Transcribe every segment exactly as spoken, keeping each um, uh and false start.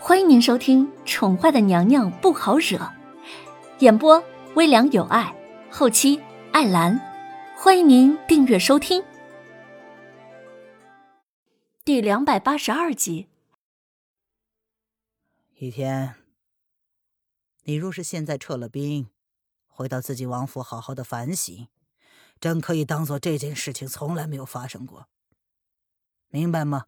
欢迎您收听《宠坏的娘娘不好惹》，演播微凉有爱，后期艾兰。欢迎您订阅收听。第两百八十二集。 一天，你若是现在撤了兵，回到自己王府好好的反省，真可以当做这件事情从来没有发生过，明白吗？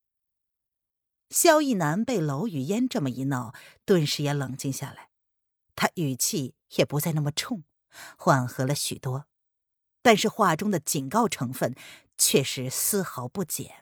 萧逸南被娄雨嫣这么一闹，顿时也冷静下来，他语气也不再那么冲，缓和了许多，但是话中的警告成分却是丝毫不减。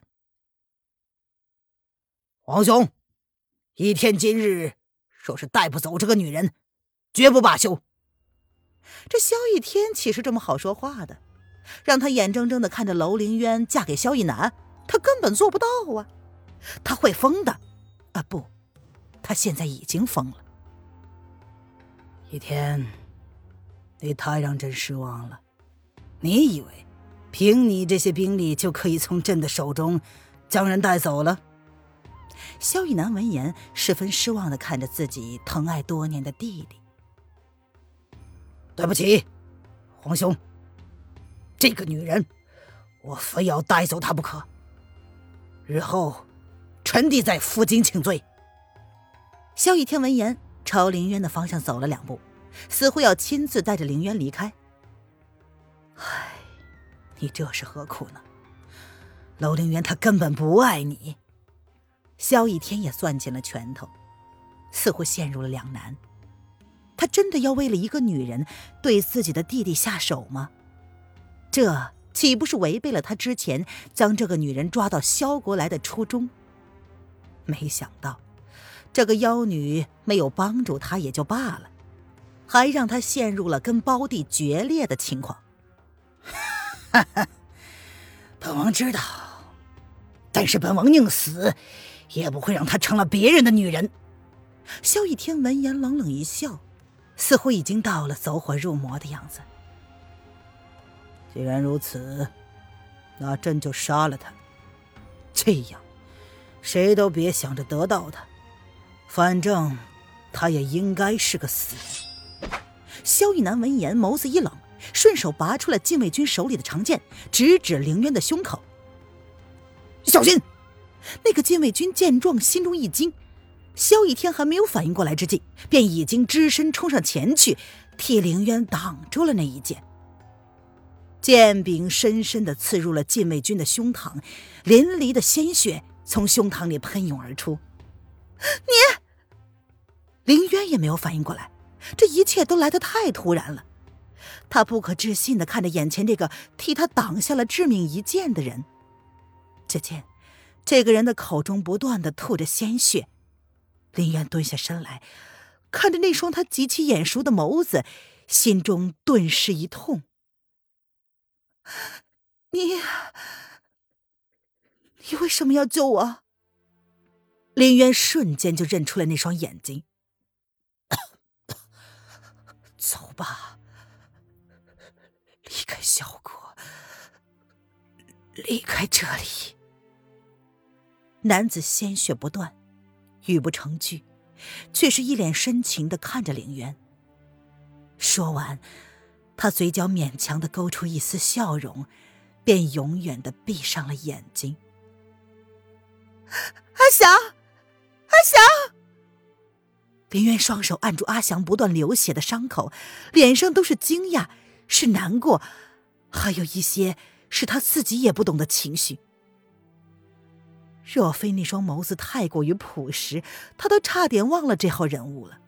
皇兄，一天今日若是带不走这个女人，绝不罢休。这萧逸天岂是这么好说话的？让他眼睁睁地看着娄凌渊嫁给萧逸南，他根本做不到啊！他会疯的啊！不，他现在已经疯了。一天，你太让朕失望了。你以为凭你这些兵力就可以从朕的手中将人带走了？萧逸南闻言十分失望地看着自己疼爱多年的弟弟。对不起，皇兄，这个女人我非要带走她不可。日后臣弟在负荆请罪。萧逸天闻言朝凌渊的方向走了两步，似乎要亲自带着凌渊离开。唉，你这是何苦呢？娄凌渊他根本不爱你。萧逸天也攥紧了拳头，似乎陷入了两难。他真的要为了一个女人对自己的弟弟下手吗？这岂不是违背了他之前将这个女人抓到萧国来的初衷？没想到这个妖女没有帮助他也就罢了，还让他陷入了跟胞弟决裂的情况。哈哈，本王知道，但是本王宁死也不会让她成了别人的女人。萧逸天闻言冷冷一笑，似乎已经到了走火入魔的样子。既然如此，那朕就杀了他，这样谁都别想着得到他，反正他也应该是个死人。萧逸南闻言眸子一冷，顺手拔出了禁卫军手里的长剑，直指凌渊的胸口。小心！那个禁卫军见状心中一惊，萧逸天还没有反应过来之际，便已经只身冲上前去，替凌渊挡住了那一剑。剑柄深深地刺入了禁卫军的胸膛，淋漓的鲜血从胸膛里喷涌而出。你！凌渊也没有反应过来，这一切都来得太突然了。他不可置信地看着眼前这个替他挡下了致命一剑的人。只见这个人的口中不断地吐着鲜血。凌渊蹲下身来，看着那双他极其眼熟的眸子，心中顿时一痛。你你为什么要救我？凌渊瞬间就认出了那双眼睛。走吧，离开萧国，离开这里。男子鲜血不断，语不成句，却是一脸深情地看着凌渊。说完，他嘴角勉强地勾出一丝笑容，便永远地闭上了眼睛。阿翔，阿翔！凌渊双手按住阿翔不断流血的伤口，脸上都是惊讶，是难过，还有一些是他自己也不懂的情绪。若非那双眸子太过于朴实，他都差点忘了这号人物了。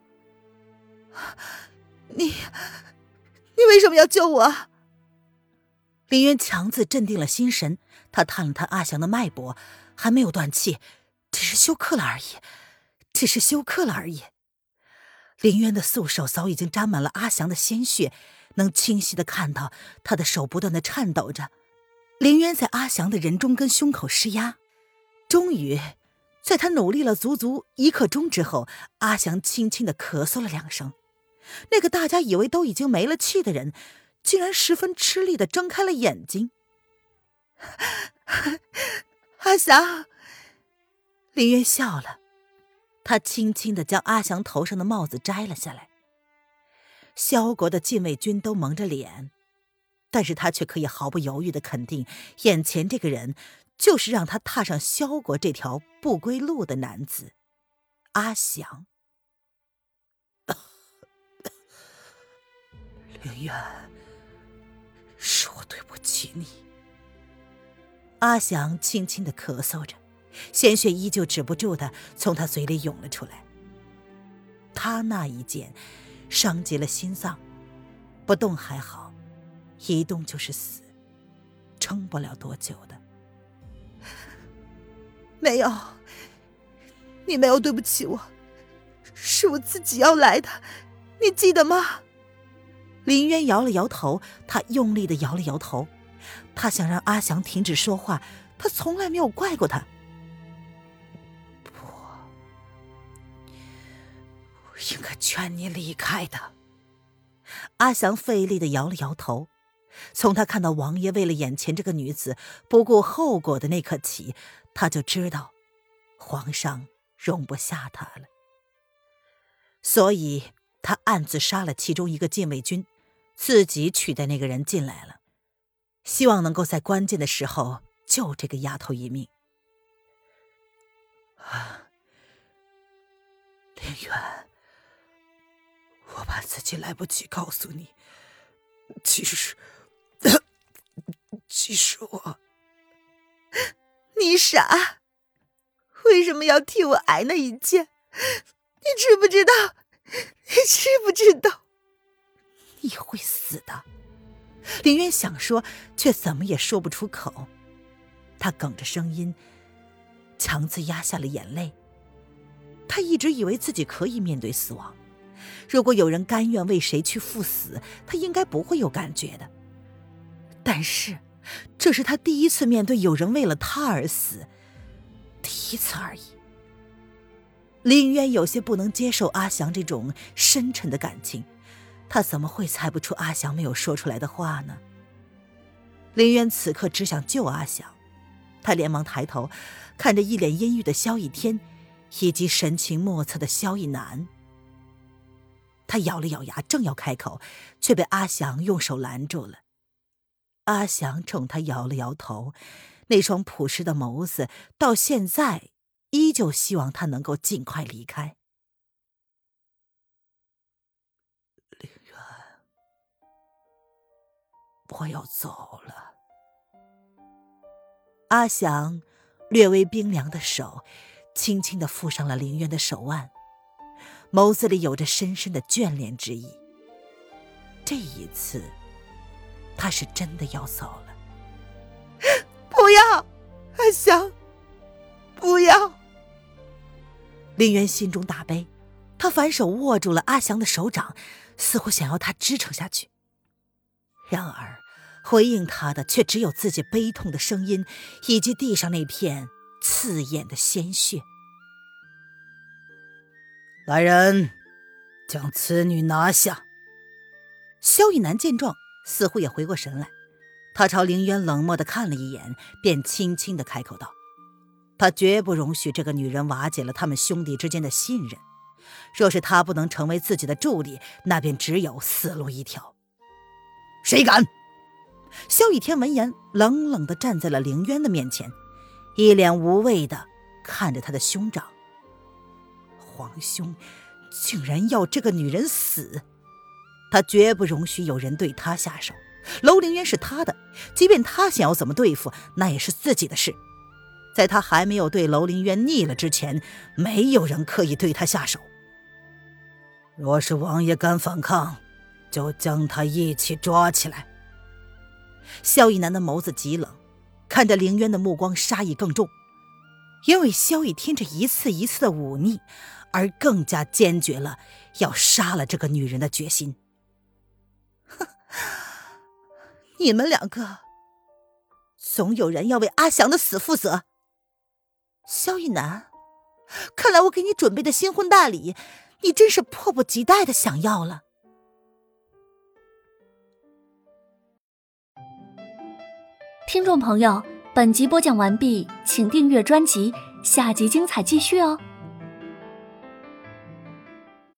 你你为什么要救我？凌渊强自镇定了心神，他探了探阿翔的脉搏，还没有断气，只是休克了而已，只是休克了而已。凌渊的素手早已经沾满了阿翔的鲜血，能清晰地看到他的手不断地颤抖着。凌渊在阿翔的人中跟胸口施压，终于在他努力了足足一刻钟之后，阿翔轻轻地咳嗽了两声。那个大家以为都已经没了气的人，竟然十分吃力地睁开了眼睛。阿翔，凌渊笑了， 他轻轻地将阿祥头上的帽子摘了下来。萧国的禁卫军都蒙着脸，但是他却可以毫不犹豫地肯定，眼前这个人就是让他踏上萧国这条不归路的男子阿祥。 凌渊，是我对不起你。 阿祥轻轻地咳嗽着，鲜血依旧止不住地从他嘴里涌了出来。他那一剑伤及了心脏，不动还好，一动就是死，撑不了多久的。 没有，你没有对不起我，是我自己要来的，你记得吗？ 林渊摇了摇头，他用力地摇了摇头，他想让阿祥停止说话，他从来没有怪过他。 不，我应该劝你离开的。 阿祥费力地摇了摇头，从他看到王爷为了眼前这个女子不顾后果的那刻起，他就知道皇上容不下他了，所以他暗自杀了其中一个禁卫军，自己取代那个人进来了，希望能够在关键的时候救这个丫头一命。 啊，凌渊，我怕自己来不及告诉你，其实其实我…… 你傻，为什么要替我挨那一剑？你知不知道？你知不知道？你会死的。林渊想说，却怎么也说不出口。他哽着声音，强自压下了眼泪。他一直以为自己可以面对死亡，如果有人甘愿为谁去赴死，他应该不会有感觉的。但是这是他第一次面对有人为了他而死，第一次而已。林渊有些不能接受阿祥这种深沉的感情，他怎么会猜不出阿祥没有说出来的话呢？林渊此刻只想救阿祥，他连忙抬头看着一脸阴郁的萧逸天以及神情莫测的萧逸南。他咬了咬牙，正要开口，却被阿祥用手拦住了。阿祥冲他摇了摇头，那双朴实的眸子到现在依旧希望他能够尽快离开。 凌渊，我要走了。 阿祥略微冰凉的手轻轻地附上了凌渊的手腕，眸子里有着深深的眷恋之意。这一次他是真的要走了。不要，阿祥，不要！凌渊心中大悲，他反手握住了阿祥的手掌，似乎想要他支撑下去。然而回应他的却只有自己悲痛的声音，以及地上那片刺眼的鲜血。 来人，将此女拿下。 萧逸南见状，似乎也回过神来，他朝凌渊冷漠地看了一眼，便轻轻地开口道：他绝不容许这个女人瓦解了他们兄弟之间的信任，若是他不能成为自己的助力，那便只有死路一条。 谁敢？ 萧逸天闻言冷冷地站在了凌渊的面前，一脸无畏地看着他的兄长。皇兄竟然要这个女人死，他绝不容许有人对他下手。楼凌渊是他的，即便他想要怎么对付，那也是自己的事。在他还没有对楼凌渊腻了之前，没有人可以对他下手。 若是王爷敢反抗，就将他一起抓起来。 萧逸南的眸子极冷，看着凌渊的目光杀意更重，因为萧逸天这一次一次的忤逆，而更加坚决了要杀了这个女人的决心。你们两个，总有人要为阿祥的死负责。萧逸南，看来我给你准备的新婚大礼，你真是迫不及待的想要了。 听众朋友，本集播讲完毕，请订阅专辑，下集精彩继续哦。